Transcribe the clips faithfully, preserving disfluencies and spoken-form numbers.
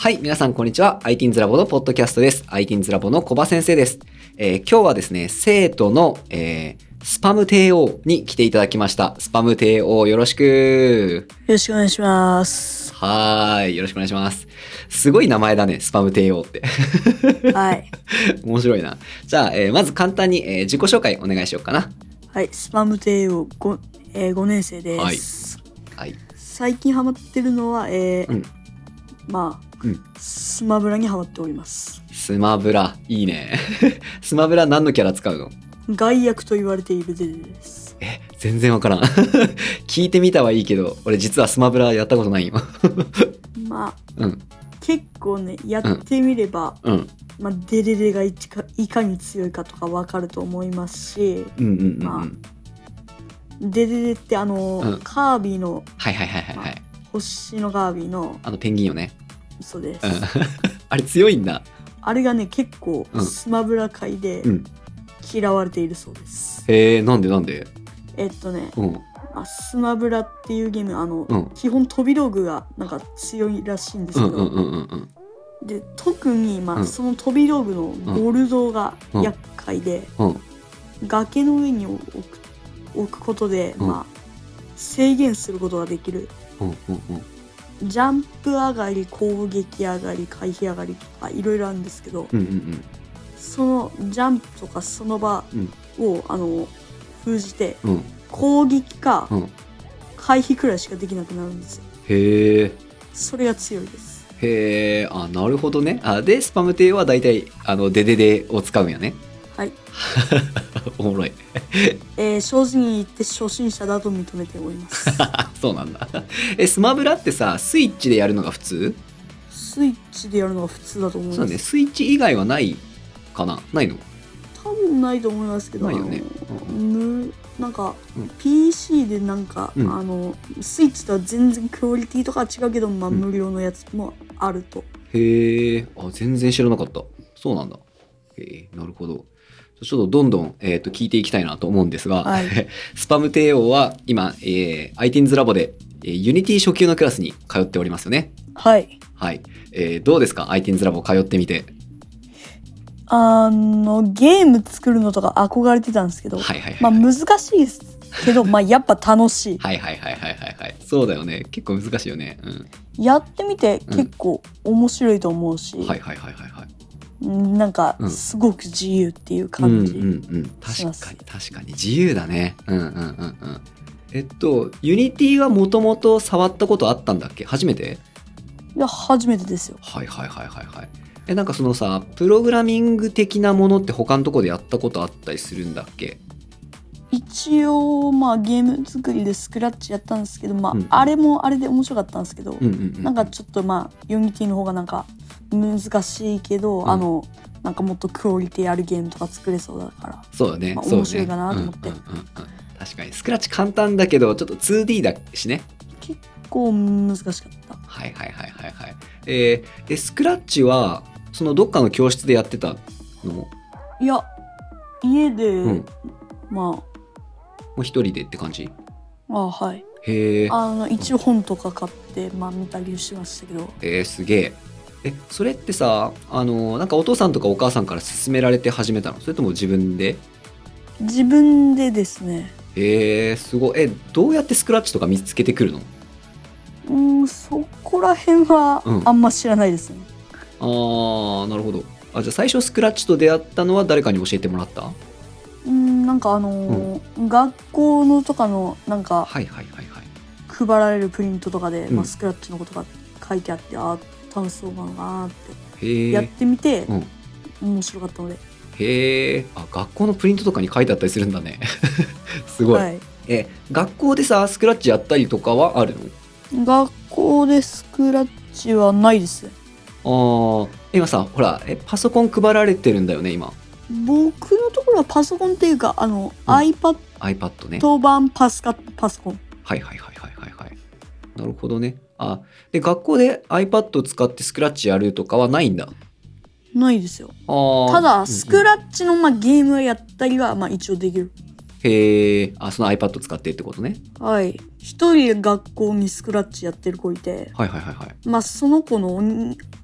はい、皆さんこんにちは。アイティーンズ ラボのポッドキャストです。アイティーンズ ラボの小葉先生です。えー、今日はですね、生徒の、えー、スパム帝王に来ていただきました。スパム帝王よろしく。 よろしくお願いします。 はーい、よろしくお願いします。すごい名前だね、スパム帝王って。 はい。 面白いな。じゃあ、えー、まず簡単に、えー、自己紹介お願いしようかな。 はい、スパム帝王 5,、えー、ごねん生です。 はい。はい、 最近ハマってるのは、えー、うん、まあ、 うん、 スマブラにハマっております。 スマブラ、いいね。スマブラ何のキャラ使うの？ 害悪と言われているデデです。 え、全然わからん。聞いてみたはいいけど、俺実はスマブラやったことないよ。 まあ、 うん、 結構ね、やってみれば、うんうん、まあ、デデデがいか、いかに強いかとかわかると思いますし、 うんうんうんうん、 まあ、デデデってあの、うん、カービィの、 はいはいはいはい、はい、まあ、 星のカービィのあのペンギンよね。 そうです、 うん、あれ強いんだ。 あれがね結構スマブラ界で嫌われているそうです、 うん、へえ、なんでなんで？ えっとね、 うん、 まあ、スマブラっていうゲームあの、うん、基本飛び道具がなんか強いらしいんですけど、で特に、まあ、うん、その飛び道具のゴルドが厄介で、うんうん、崖の上に置く、置くことで、うん、まあ、制限することができる、うんうんうん、ジャンプ上がり、攻撃上がり、回避上がりとかいろいろあるんですけど、うんうんうん、そのジャンプとかその場を、うん、あの封じて、うん、攻撃か、うん、回避くらいしかできなくなるんですよ。へえ。それが強いです。 へえ、あ、なるほどね。あ、でスパム帝はだいたいあのデデデを使うんやね。 はい。 おもろい。 えー、正直に言って初心者だと認めております。 そうなんだ。え、スマブラってさ、スイッチでやるのが普通？ スイッチでやるのが普通だと思います。 そうね、スイッチ以外はないかな？ないの？ 多分ないと思いますけど、 ないよね。 うん、なんか、うん、ピーシー でなんか、うん、あのスイッチとは全然クオリティとかは違うけど、まあ、無料のやつもあると。 うん、へえ、あ、全然知らなかった。そうなんだ。へえ、なるほど。ちょっとどんどん、えー、と聞いていきたいなと思うんですが、はい、スパム帝王は今、えー、アイティーンズ ラボで、えー、ユニティ初級のクラスに通っておりますよね。 はい。 はい。えー、どうですか アイティーンズ ラボ通ってみて。 あの、ゲーム作るのとか憧れてたんですけど、はいはいはいはい、まあ難しいですけど、まあやっぱ楽しい。 はいはいはいはいはいはい。そうだよね。結構難しいよね。うん。 やってみて結構面白いと思うし。 うん、はいはいはいはいはい。 なんかすごく自由っていう感じ、 うんうんうん、確かに確かに自由だね。うんうんうんうん。えっとユニティはもともと触ったことあったんだっけ？初めて？ いや初めてですよ。 はいはいはいはいはい。え、なんかそのさプログラミング的なものって他のところでやったことあったりするんだっけ？ 一応まあゲーム作りでスクラッチやったんですけど、まあ、うんうん、あれもあれで面白かったんですけど、うんうんうん、なんかちょっとまあユニティの方がなんか難しいけど、うん、あのなんかもっとクオリティあるゲームとか作れそうだからそうだね、 まあ、面白いかなと思って、 うんうんうんうん、確かにスクラッチ簡単だけどちょっと ツーディー だしね。 結構難しかった。 はいはいはいはいはい。えー、スクラッチはそのどっかの教室でやってたの？ いや家で、うん、まあもう一人でって感じ？ あはい。 へえ。 あの一応本とか買って、まあ見たりしましたけど。 えー、すげえ。え、それってさ、あのなんかお父さんとかお母さんから勧められて始めたの？それとも自分で？ 自分でですね。 えー、すごい。え、どうやってスクラッチとか見つけてくるの？ うん、そこら辺はあんま知らないですね。 うん、ああ、なるほど。あ、じゃあ最初スクラッチと出会ったのは誰かに教えてもらった？ うん、なんかあのーうん、学校のとかのなんかはいはいはいはい配られるプリントとかで、うん、まあ、スクラッチのことが書いてあって、あ楽しそうかなってやってみて、うん、面白かったので。 へえ、あ、学校のプリントとかに書いてあったりするんだね。すごい、はい、え、学校でさスクラッチやったりとかはあるの？学校でスクラッチはないです。 あ、今さほらえパソコン配られてるんだよね今。 僕のところはパソコンっていうかあの、うん、iPad iPad ね。 当番パスカパソコン。 はいはいはいはいはいはい。なるほどね。あ、で学校で iPad を使ってスクラッチやるとかはないんだ？ ないですよ。あ、ただスクラッチの、まあ、ゲームをやったりは、まあ、一応できる。 へえ、あ、その iPad 使ってってことね。 はい。一人で学校にスクラッチやってる子いて、 はいはいはいはい。 まあその子の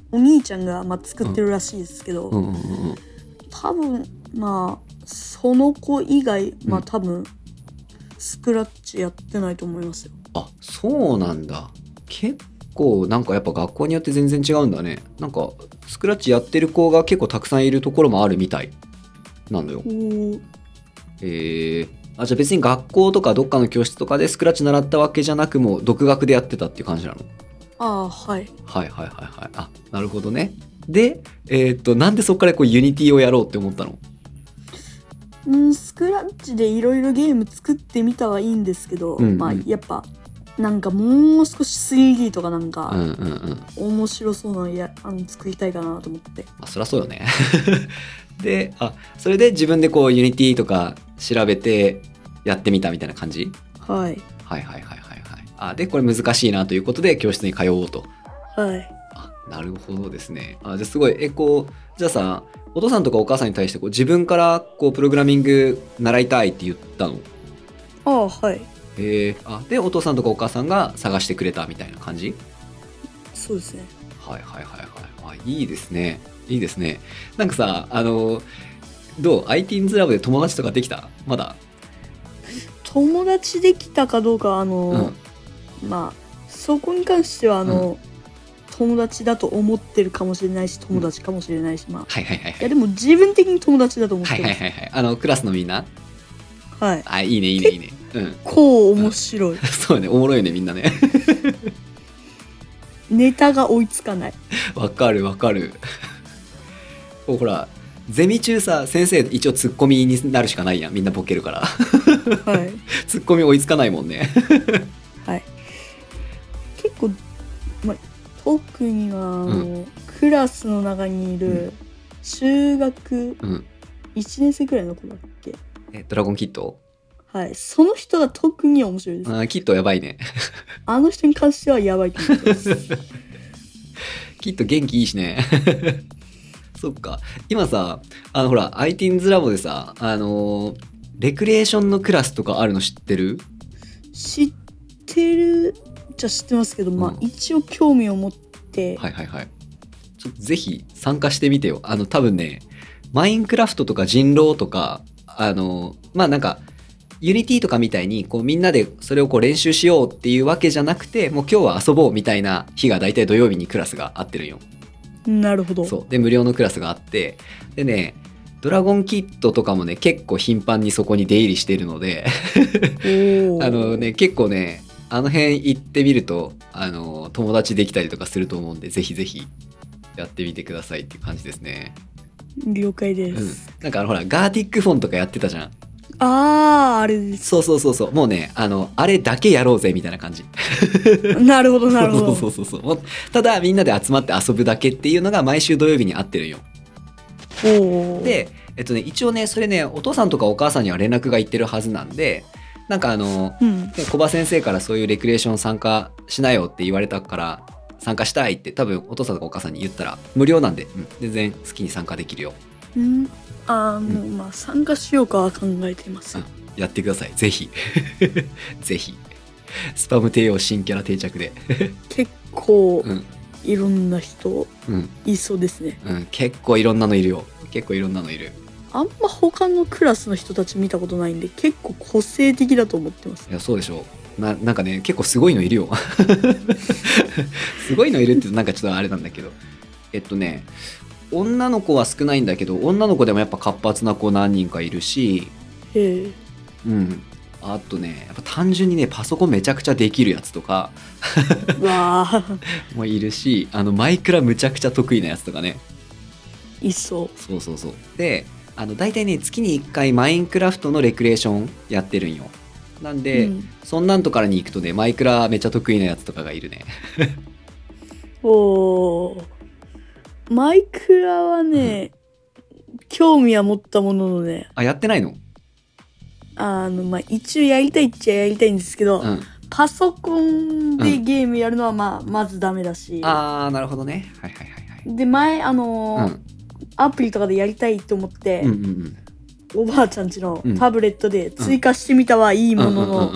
お兄ちゃんがまあ作ってるらしいですけど、 うんうんうんうん、 多分まあその子以外、まあ多分スクラッチやってないと思いますよ。 あ、そうなんだ。結構なんかやっぱ学校によって全然違うんだね。なんかスクラッチやってる子が結構たくさんいるところもあるみたいなのよ。えー、あ、じゃあ別に学校とかどっかの教室とかでスクラッチ習ったわけじゃなく、もう独学でやってたっていう感じなの？ ああ、はい。 はいはいはいはい。あ、なるほどね。で、えー、っと、なんでそこからこうユニティをやろうって思ったの？ うん、スクラッチでいろいろゲーム作ってみたはいいんですけど、うんうん、まあやっぱなんかもう少し スリーディー とかなんか、うんうんうん、面白そうなのやあの作りたいかなと思って。 まあそりゃそうよね。で、あ、それで自分でこうユニティとか調べてやってみたみたいな感じ？ はい。 はいはいはいはいはい。あ、でこれ難しいなということで教室に通おうと。 はい。 あ、なるほどですね。あ、じゃあすごい、え、こう、じゃあさ、お父さんとかお母さんに対してこう自分からこうプログラミング習いたいって言ったの？ ああ、はい。 えー、あ、でお父さんとかお母さんが探してくれたみたいな感じ？ そうですね。 はいはいはいはい。あ、いいですね。いいですね。なんかさ、あの、どう？ アイティーンズ ラボで友達とかできた？まだ？ 友達できたかどうか、あの、うん、まあ、そこに関しては、あの、うん、友達だと思ってるかもしれないし、友達かもしれないし、まあ。 はいはいはい、はい。 いや、でも自分的に友達だと思ってる。 はいはいはいはい。あの、クラスのみんな？ はい。 あ、いいねいいねいいね。うん。 こう面白い。うん、 そうね、おもろいね、みんなね。 ネタが追いつかない。 わかるわかる。ほら、ゼミ中さ、先生一応ツッコミになるしかないやん。みんなボケるから。はい。ツッコミ追いつかないもんね。 はい。結構、ま、特には、うん、クラスの中にいる中学いちねん生くらいの子だっけ、 え、ドラゴンキッド？ はい。その人が特に面白いです。 あ、キッドやばいね。 あの人に関してはやばいと思ってます。 キッド元気いいしね。そっか。今さ、あのほら、アイティーンズ ラボでさ、あのー、レクリエーションのクラスとかあるの知ってる？ 知ってるじゃ知ってますけど、うん、まあ一応興味を持って。 はいはいはい。ちょっとぜひ参加してみてよ。あの多分ね、マインクラフトとか人狼とか、あの、まあなんか、ユニティとかみたいにこうみんなでそれをこう練習しようっていうわけじゃなくて、もう今日は遊ぼうみたいな日が大体土曜日にクラスがあってるんよ。 なるほど。 そうで無料のクラスがあって、でね、ドラゴンキッドとかもね結構頻繁にそこに出入りしてるのであのね結構ねあの辺行ってみるとあの友達できたりとかすると思うんで、ぜひぜひやってみてくださいっていう感じですね。 了解です、 うん、なんかあのほらガーティックフォンとかやってたじゃん。 あーあれです。 そうそうそうそう、もうねあのあれだけやろうぜみたいな感じ。 なるほどなるほど。 そうそうそうそう。ただみんなで集まって遊ぶだけっていうのが毎週土曜日にあってるよ。おでえっとね一応ねそれねお父さんとかお母さんには連絡がいってるはずなんで、なんかあの、うん、小葉先生からそういうレクリエーション参加しなよって言われたから参加したいって多分お父さんとかお母さんに言ったら無料なんで、うん、全然好きに参加できるよ。 うんあもう、うん、まあ参加しようかは考えています。 やってくださいぜひ。ぜひスパム帝王新キャラ定着で。 結構、うん、いろんな人いそうですね、 うんうん、結構いろんなのいるよ。結構いろんなのいる。 あんま他のクラスの人たち見たことないんで結構個性的だと思ってます。 いやそうでしょう。な, なんかね結構すごいのいるよ。すごいのいるってなんかちょっとあれなんだけど、えっとね女の子は少ないんだけど女の子でもやっぱ活発な子何人かいるし、へえ、うん、あとねやっぱ単純にねパソコンめちゃくちゃできるやつとかわもういるし、あのマイクラむちゃくちゃ得意なやつとかねいそう。 そうそうそう。であの大体ね月にいっかいマインクラフトのレクリエーションやってるんよ。なんで、うん、そんなんとからに行くとねマイクラめちゃ得意なやつとかがいるね。 おー、マイクラはね、うん、興味は持ったもののね。 あ、やってないの？ あのまあ一応やりたいっちゃやりたいんですけど、うん、パソコンでゲームやるのはまあ、うん、まずダメだし。 ああなるほどね。はいはいはいはい。 で前あのーうん、アプリとかでやりたいと思って、うんうんうん、おばあちゃんちのタブレットで追加してみたはいいものの、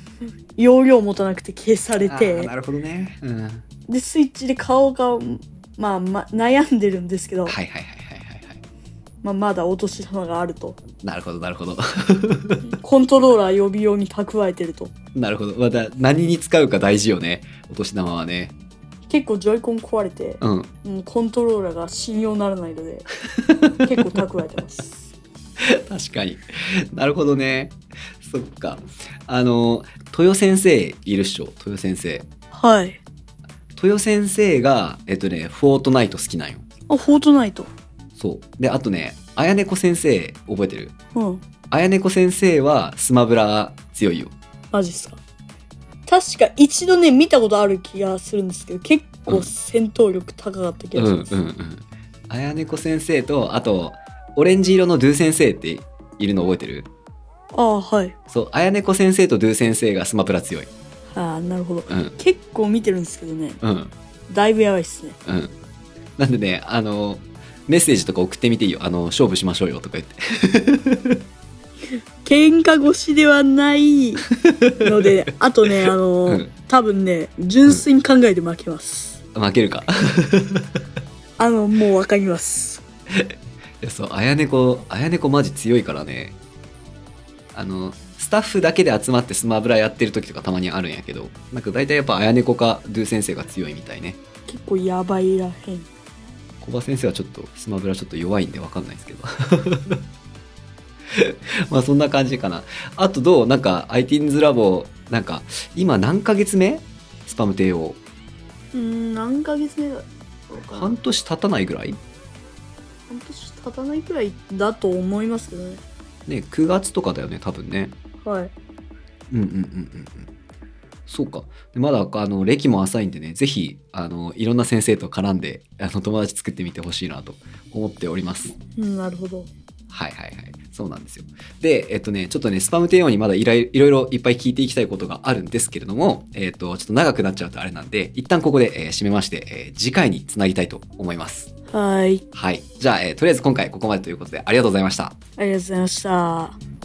容量持たなくて消されて。 あなるほどね。うん、 でスイッチで買おうかまあ、ま、悩んでるんですけど、 はいはいはいはいはいはい。 まあ、まだお年玉があると。 なるほどなるほど。 コントローラー予備用に蓄えてると。 なるほど。また何に使うか大事よね。お年玉はね。 結構ジョイコン壊れて、 うん、 うん、コントローラーが信用ならないので結構蓄えてます。 確かに。なるほどね。そっか。あの豊先生いるっしょ。豊先生。 はい。 豊先生がえっとねフォートナイト好きなんよ。 あ、フォートナイト。 そうで、あとねあやねこ先生覚えてる？ うん。 あやねこ先生はスマブラ強いよ。 マジっすか？確か一度ね見たことある気がするんですけど、結構戦闘力高かった気がします。 うんうんうん。あやねこ先生とあとオレンジ色のドゥ先生っているの覚えてる？ ああ、はい。 そうあやねこ先生とドゥ先生がスマブラ強い。 ああ、なるほど、 うん、 結構見てるんですけどね、 うん、 だいぶやばいっすね。 うん。なんでねあのメッセージとか送ってみていいよ。あの勝負しましょうよとか言って喧嘩腰ではないのであとねあの、うん、多分ね純粋に考えて負けます、 うん、負けるかあのもう分かります。 いやそうあやねこあやねこマジ強いからね。あのスタッフだけで集まってスマブラやってる時とかたまにあるんやけど、なんか大体やっぱあやねこかドゥ先生が強いみたいね。 結構やばいらへん。 小葉先生はちょっとスマブラちょっと弱いんで分かんないですけどまあそんな感じかな。あとどうなんか アイティーンズ ラボなんか今何ヶ月目スパム帝王？ うーん何ヶ月目だろうかな。 半年経たないぐらい？ 半年経たないくらいだと思いますけどね。 ねくがつとかだよね多分ね。 はい。 うんうんうんうんうん。そうか。でまだあの歴も浅いんでね、ぜひあのいろんな先生と絡んであの友達作ってみてほしいなと思っております。 うん、なるほど。 はいはいはい、そうなんですよ。で、えっとね、ちょっとね、スパム帝王にまだいろいろいっぱい聞いていきたいことがあるんですけれども、えっと、ちょっと長くなっちゃうとあれなんで、一旦ここで、えー、締めまして、えー、次回につなぎたいと思います。 はい。 はい。じゃあ、えー、とりあえず今回ここまでということで、ありがとうございました。 ありがとうございました。